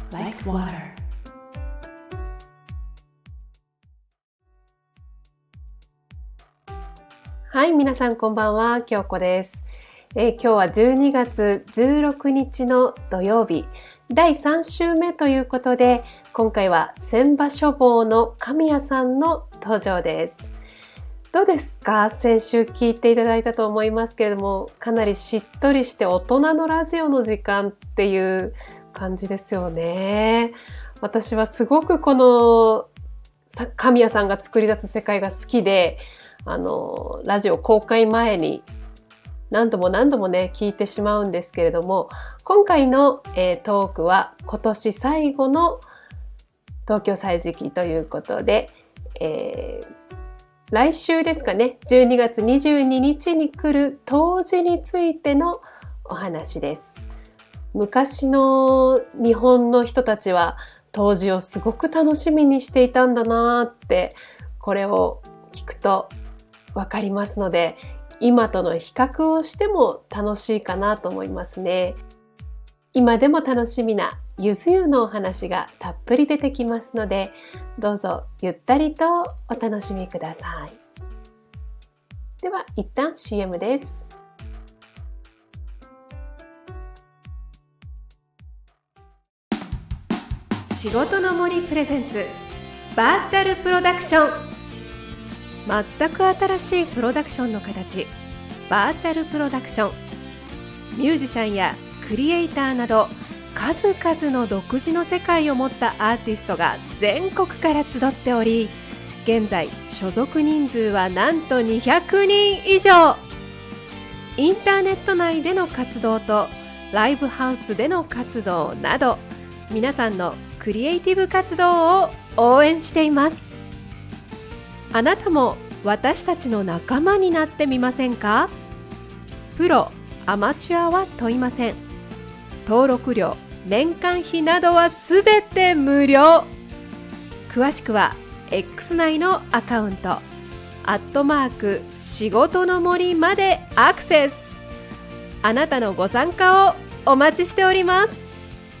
like water. はい、皆さんこんばんは、京子です。今日は12月16日の土曜日、第3週目ということで、今回は千葉書房の神谷さんの登場です。どうですか？先週聞いていただいたと思いますけれども、かなりしっとりして大人のラジオの時間っていう感じですよね。私はすごくこの神谷さんが作り出す世界が好きで、ラジオ公開前に何度もね聞いてしまうんですけれども、今回の、トークは今年最後の東京歳時記ということで、来週ですかね、12月22日に来る冬至についてのお話です。昔の日本の人たちは冬至をすごく楽しみにしていたんだなって、これを聞くとわかりますので、今との比較をしても楽しいかなと思いますね。今でも楽しみなゆず湯のお話がたっぷり出てきますので、どうぞゆったりとお楽しみください。では一旦 CM です。仕事の森プレゼンツバーチャルプロダクション。全く新しいプロダクションの形、バーチャルプロダクション。ミュージシャンやクリエイターなど数々の独自の世界を持ったアーティストが全国から集っており、現在所属人数はなんと200人以上。インターネット内での活動とライブハウスでの活動など、皆さんのクリエイティブ活動を応援しています。あなたも私たちの仲間になってみませんか？プロ、アマチュアは問いません。登録料、年間費などはすべて無料。詳しくは X 内のアカウント@仕事の森までアクセス。あなたのご参加をお待ちしております。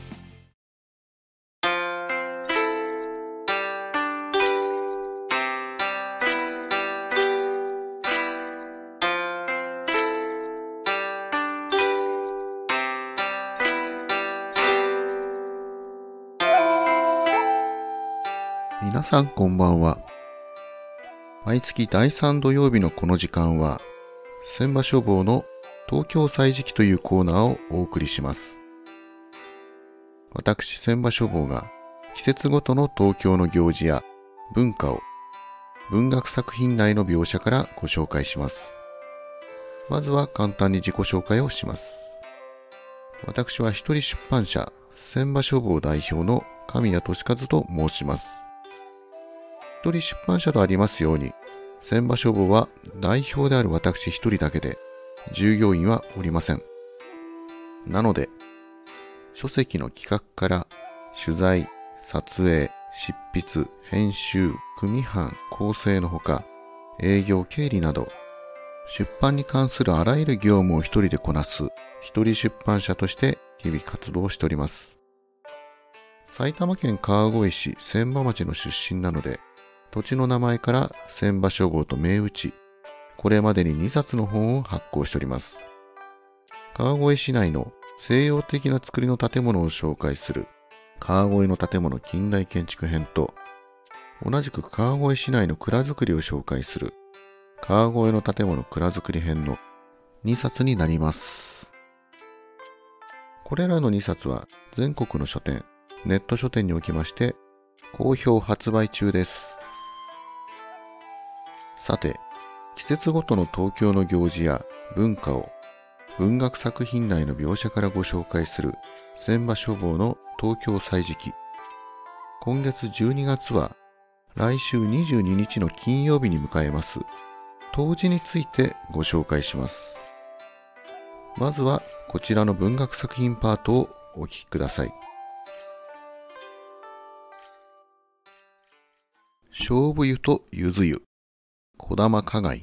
皆さんこんばんは。毎月第3土曜日のこの時間は、千葉書房の東京歳時記というコーナーをお送りします。私千葉書房が季節ごとの東京の行事や文化を文学作品内の描写からご紹介します。まずは簡単に自己紹介をします。私は一人出版社千葉書房代表の神谷俊和と申します。一人出版社とありますように、千葉書房は代表である私一人だけで、従業員はおりません。なので、書籍の企画から取材、撮影、執筆、編集、組版、構成のほか、営業、経理など、出版に関するあらゆる業務を一人でこなす一人出版社として日々活動しております。埼玉県川越市千葉町の出身なので、土地の名前から千葉書房と銘打ち、これまでに2冊の本を発行しております。川越市内の西洋的な作りの建物を紹介する川越の建物近代建築編と、同じく川越市内の蔵造りを紹介する川越の建物蔵造り編の2冊になります。これらの2冊は全国の書店、ネット書店におきまして好評発売中です。さて、季節ごとの東京の行事や文化を文学作品内の描写からご紹介する千葉書房の東京歳時記。今月12月は来週22日の金曜日に迎えます冬至についてご紹介します。まずはこちらの文学作品パートをお聞きください。菖蒲湯とゆず湯、児玉花街。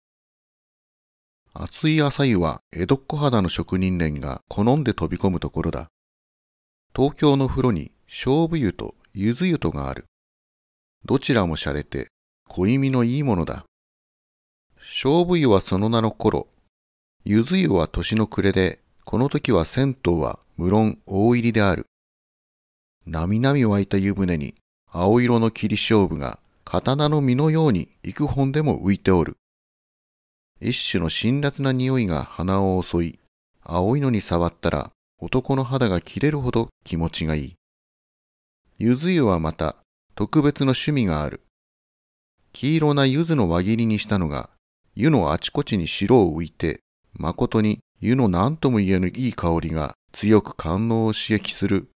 熱い朝湯は江戸っ子肌の職人連が好んで飛び込むところだ。東京の風呂に菖蒲湯と柚子湯とがある。どちらも洒落て濃い味のいいものだ。菖蒲湯はその名の頃、柚子湯は年の暮れで、この時は銭湯は無論大入りである。なみなみ湧いた湯船に青色の霧菖蒲が刀の実のように幾本でも浮いておる。一種の辛辣な匂いが鼻を襲い、青いのに触ったら男の肌が切れるほど気持ちがいい。柚子湯はまた特別の趣味がある。黄色な柚子の輪切りにしたのが湯のあちこちに白を浮いて、まことに湯の何とも言えぬいい香りが強く官能を刺激する。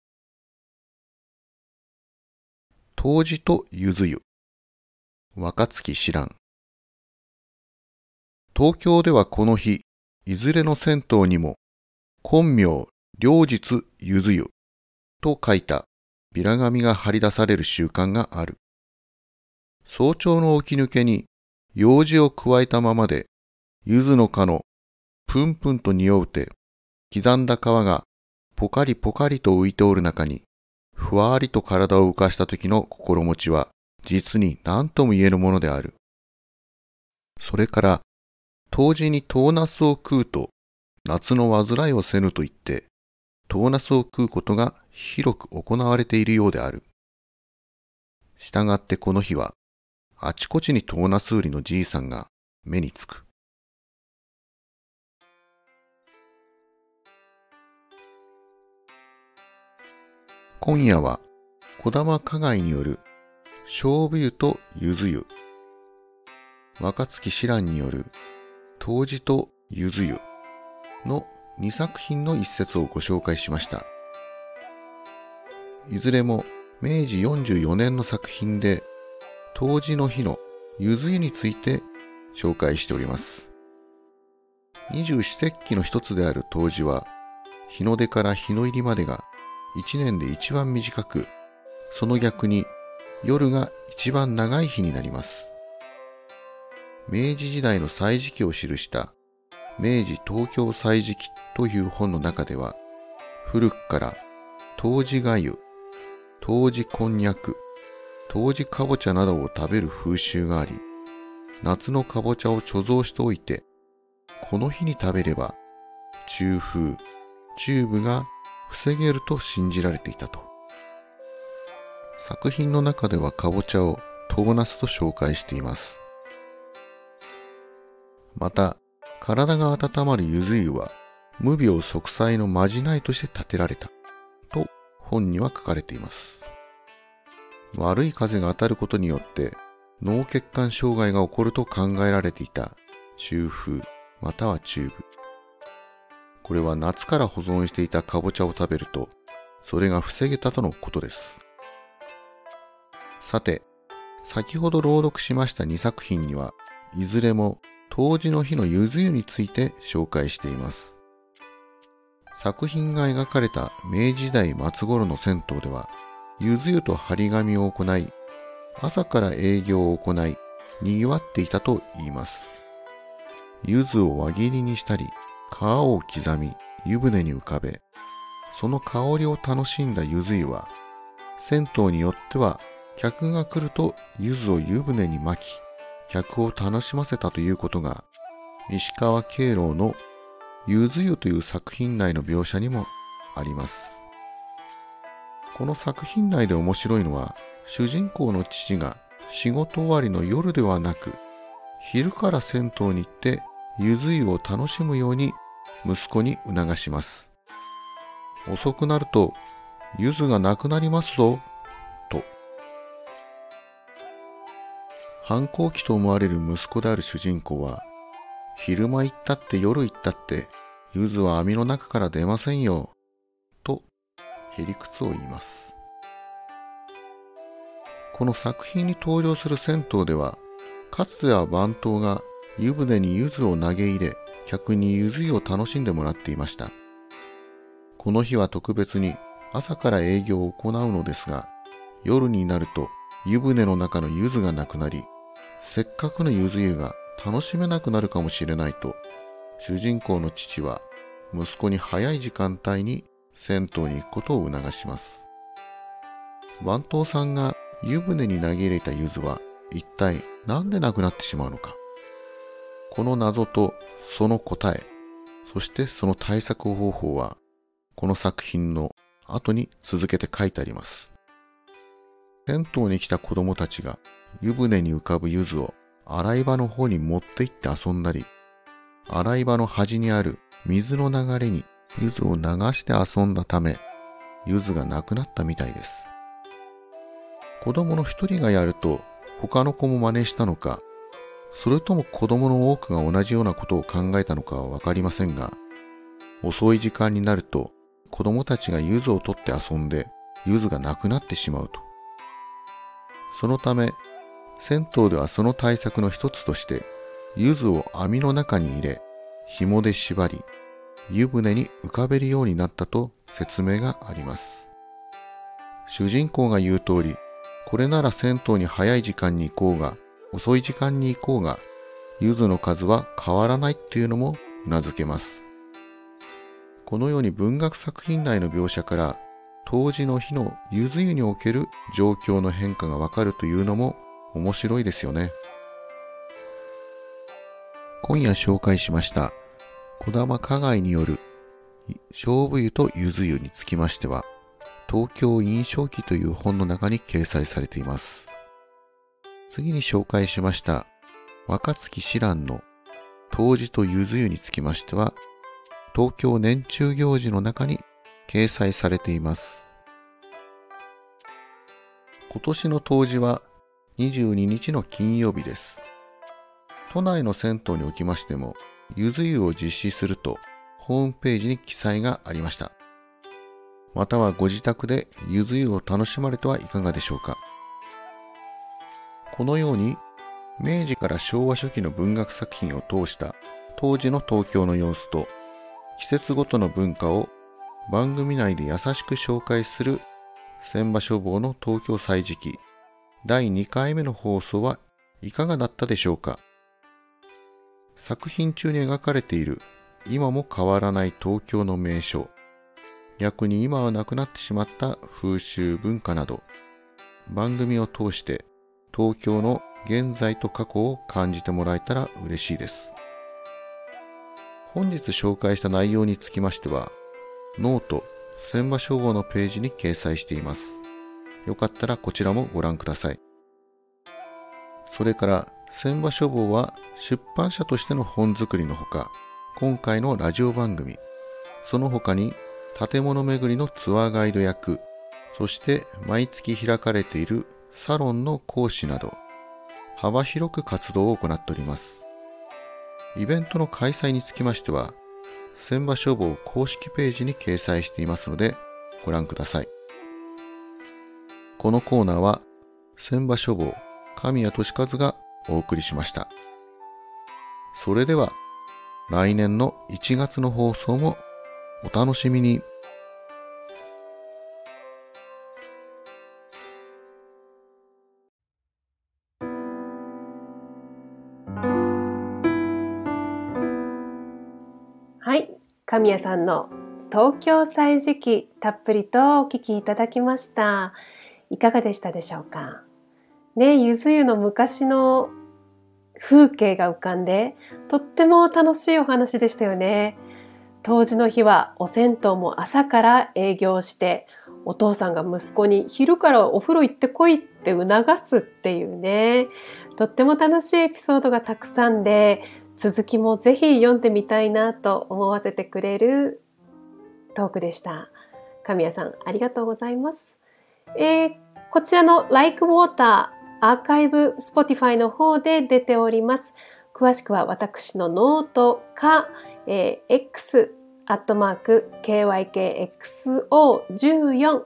冬至と柚子湯。若月知らん。東京ではこの日、いずれの銭湯にも、金明両日柚子湯と書いたビラ紙が貼り出される習慣がある。早朝の起き抜けに、楊枝を加えたままで、柚子の葉のプンプンと匂うて、刻んだ皮がポカリポカリと浮いておる中に、ふわりと体を浮かした時の心持ちは、実に何とも言えぬものである。それから、冬至に唐ナスを食うと、夏の患いをせぬと言って、唐ナスを食うことが広く行われているようである。したがってこの日は、あちこちに唐ナス売りのじいさんが目につく。今夜は児玉花街による菖蒲湯と柚子湯、若月知らんによる冬至と柚子湯の2作品の一節をご紹介しました。いずれも明治44年の作品で、冬至の日の柚子湯について紹介しております。二十四節気の一つである冬至は、日の出から日の入りまでが一年で一番短く、その逆に夜が一番長い日になります。明治時代の歳時記を記した明治東京歳時記という本の中では、古くから冬至粥、冬至こんにゃく、冬至かぼちゃなどを食べる風習があり、夏のかぼちゃを貯蔵しておいて、この日に食べれば中風、中部が防げると信じられていたと。作品の中ではかぼちゃを唐ナスと紹介しています。また、体が温まる柚子湯は無病息災のまじないとして建てられたと本には書かれています。悪い風が当たることによって脳血管障害が起こると考えられていた中風または中部。これは夏から保存していたかぼちゃを食べるとそれが防げたとのことです。さて、先ほど朗読しました2作品にはいずれも冬至の日の柚子湯について紹介しています。作品が描かれた明治時代末頃の銭湯では、柚子湯と張り紙を行い、朝から営業を行い、賑わっていたといいます。柚子を輪切りにしたり、皮を刻み、湯船に浮かべ、その香りを楽しんだ柚子湯は、銭湯によっては客が来ると柚子を湯船に巻き、客を楽しませたということが、石川慶郎の柚子湯という作品内の描写にもあります。この作品内で面白いのは、主人公の父が仕事終わりの夜ではなく、昼から銭湯に行って柚子湯を楽しむように息子に促します。遅くなると柚子がなくなりますぞ、と。反抗期と思われる息子である主人公は、昼間行ったって夜行ったって柚子は網の中から出ませんよ、とへりくつを言います。この作品に登場する銭湯では、かつては番頭が湯船に柚子を投げ入れ、客に柚子湯を楽しんでもらっていました。この日は特別に朝から営業を行うのですが、夜になると湯船の中の柚子がなくなり、せっかくの柚子湯が楽しめなくなるかもしれないと、主人公の父は息子に早い時間帯に銭湯に行くことを促します。 番頭さんが湯船に投げ入れた柚子は一体なんでなくなってしまうのか。この謎とその答え、そしてその対策方法はこの作品の後に続けて書いてあります。銭湯に来た子供たちが湯船に浮かぶ柚子を洗い場の方に持って行って遊んだり、洗い場の端にある水の流れに柚子を流して遊んだため、柚子がなくなったみたいです。子供の一人がやると他の子も真似したのか、それとも子供の多くが同じようなことを考えたのかはわかりませんが、遅い時間になると子供たちが柚子を取って遊んで柚子がなくなってしまうと。そのため、銭湯ではその対策の一つとして、柚子を網の中に入れ、紐で縛り、湯船に浮かべるようになったと説明があります。主人公が言う通り、これなら銭湯に早い時間に行こうが、遅い時間に行こうが、柚子の数は変わらないっていうのも頷けます。このように文学作品内の描写から、当時の日の柚子湯における状況の変化がわかるというのも面白いですよね。今夜紹介しました児玉花街による菖蒲湯と柚子湯につきましては、東京印象記という本の中に掲載されています。次に紹介しました若槻紫蘭の冬至と柚子湯につきましては、東京年中行事の中に掲載されています。今年の冬至は22日の金曜日です。都内の銭湯におきましても、柚子湯を実施するとホームページに記載がありました。またはご自宅で柚子湯を楽しまれてはいかがでしょうか。このように明治から昭和初期の文学作品を通した当時の東京の様子と季節ごとの文化を番組内で優しく紹介する千葉書房の東京歳時記第2回目の放送はいかがだったでしょうか。作品中に描かれている今も変わらない東京の名所、逆に今はなくなってしまった風習文化など、番組を通して東京の現在と過去を感じてもらえたら嬉しいです。本日紹介した内容につきましては、ノート千葉書房のページに掲載しています。よかったらこちらもご覧ください。それから千葉書房は出版社としての本作りのほか、今回のラジオ番組、その他に建物巡りのツアーガイド役、そして毎月開かれているサロンの講師など、幅広く活動を行っております。イベントの開催につきましては、千葉書房公式ページに掲載していますので、ご覧ください。このコーナーは、千葉書房神谷俊和がお送りしました。それでは、来年の1月の放送もお楽しみに。 はい、神谷さんの東京歳時記たっぷりとお聞きいただきました。いかがでしたでしょうか。ね、ゆず湯の昔の風景が浮かんで、とっても楽しいお話でしたよね。冬至の日はお銭湯も朝から営業して、お父さんが息子に昼からお風呂行ってこいって促すっていうね、とっても楽しいエピソードがたくさんで、続きもぜひ読んでみたいなと思わせてくれるトークでした。神谷さん、ありがとうございます。こちらの Like Water アーカイブ Spotify の方で出ております。詳しくは私のノートか、X @KYKXO14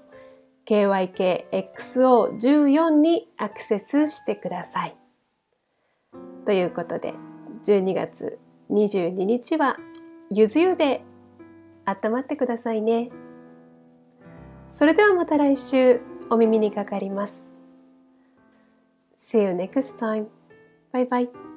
KYKXO14 にアクセスしてください。ということで、12月22日はゆず湯で温まってくださいね。それではまた来週お耳にかかります。See you next time. Bye bye.